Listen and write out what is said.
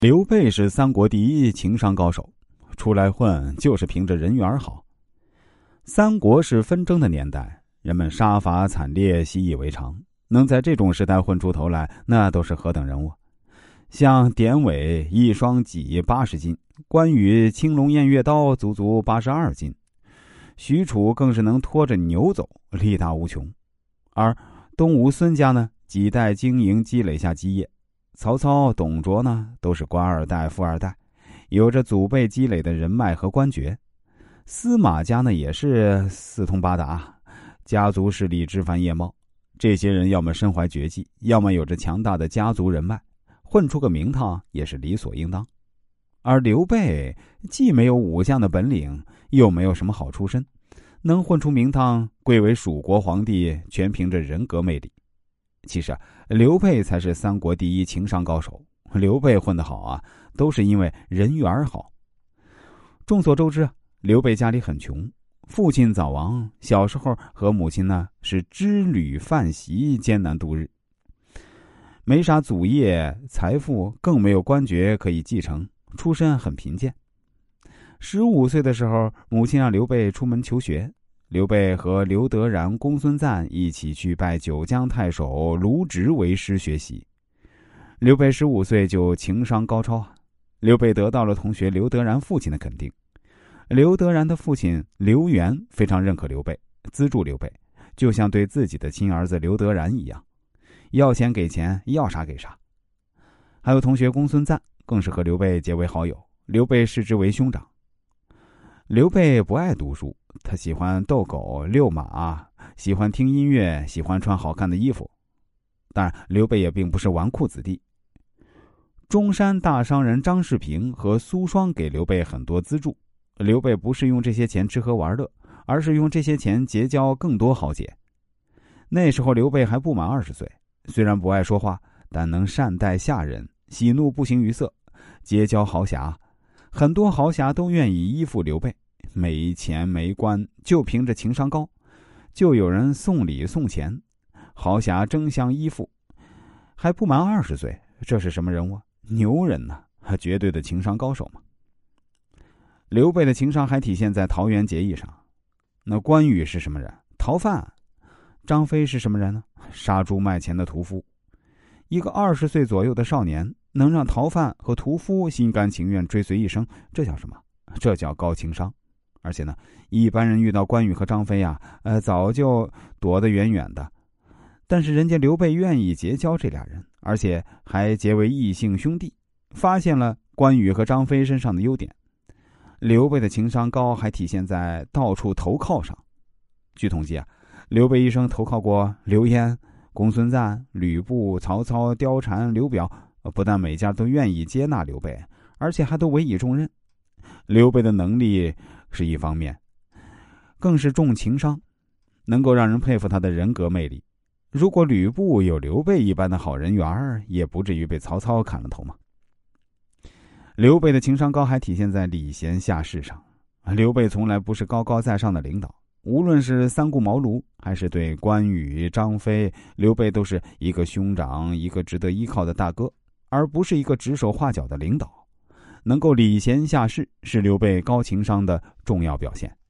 刘备是三国第一情商高手，出来混就是凭着人缘好。三国是纷争的年代，人们杀伐惨烈习以为常，能在这种时代混出头来，那都是何等人物。像典韦一双戟80斤，关羽青龙偃月刀足足82斤，许褚更是能拖着牛走，力大无穷。而东吴孙家呢，几代经营积累下基业，曹操董卓呢，都是官二代富二代，有着祖辈积累的人脉和官爵。司马家呢，也是四通八达，家族势力枝繁叶茂。这些人要么身怀绝技，要么有着强大的家族人脉，混出个名堂也是理所应当。而刘备既没有武将的本领，又没有什么好出身，能混出名堂，贵为蜀国皇帝，全凭着人格魅力。其实刘备才是三国第一情商高手。刘备混得好啊，都是因为人缘好。众所周知，刘备家里很穷，父亲早亡，小时候和母亲呢是织履饭席，艰难度日，没啥祖业财富，更没有官爵可以继承，出身很贫贱。15岁的时候，母亲让刘备出门求学，刘备和刘德然、公孙瓒一起去拜九江太守卢植为师学习。刘备15岁就情商高超啊！刘备得到了同学刘德然父亲的肯定。刘德然的父亲刘元非常认可刘备，资助刘备，就像对自己的亲儿子刘德然一样，要钱给钱，要啥给啥。还有同学公孙瓒更是和刘备结为好友，刘备视之为兄长。刘备不爱读书，他喜欢逗狗、遛马，喜欢听音乐，喜欢穿好看的衣服。当然，刘备也并不是纨绔子弟。中山大商人张世平和苏双给刘备很多资助，刘备不是用这些钱吃喝玩乐，而是用这些钱结交更多豪杰。那时候刘备还不满20岁，虽然不爱说话，但能善待下人，喜怒不形于色，结交豪侠。很多豪侠都愿意依附刘备，没钱没官，就凭着情商高，就有人送礼送钱，豪侠争相依附。还不满20岁，这是什么人物？牛人呢，绝对的情商高手嘛。刘备的情商还体现在桃园结义上。那关羽是什么人？逃犯。张飞是什么人呢？杀猪卖钱的屠夫。一个20岁左右的少年，能让逃犯和屠夫心甘情愿追随一生，这叫什么？这叫高情商。而且呢，一般人遇到关羽和张飞啊，早就躲得远远的。但是人家刘备愿意结交这俩人，而且还结为异姓兄弟，发现了关羽和张飞身上的优点。刘备的情商高还体现在到处投靠上。据统计啊，刘备一生投靠过刘焉、公孙瓒、吕布、曹操、貂蝉、刘表，不但每家都愿意接纳刘备，而且还都委以重任。刘备的能力是一方面，更是重情商，能够让人佩服他的人格魅力。如果吕布有刘备一般的好人缘，也不至于被曹操砍了头嘛。刘备的情商高还体现在礼贤下士上。刘备从来不是高高在上的领导，无论是三顾茅庐，还是对关羽、张飞，刘备都是一个兄长，一个值得依靠的大哥，而不是一个指手画脚的领导。能够礼贤下士，是刘备高情商的重要表现。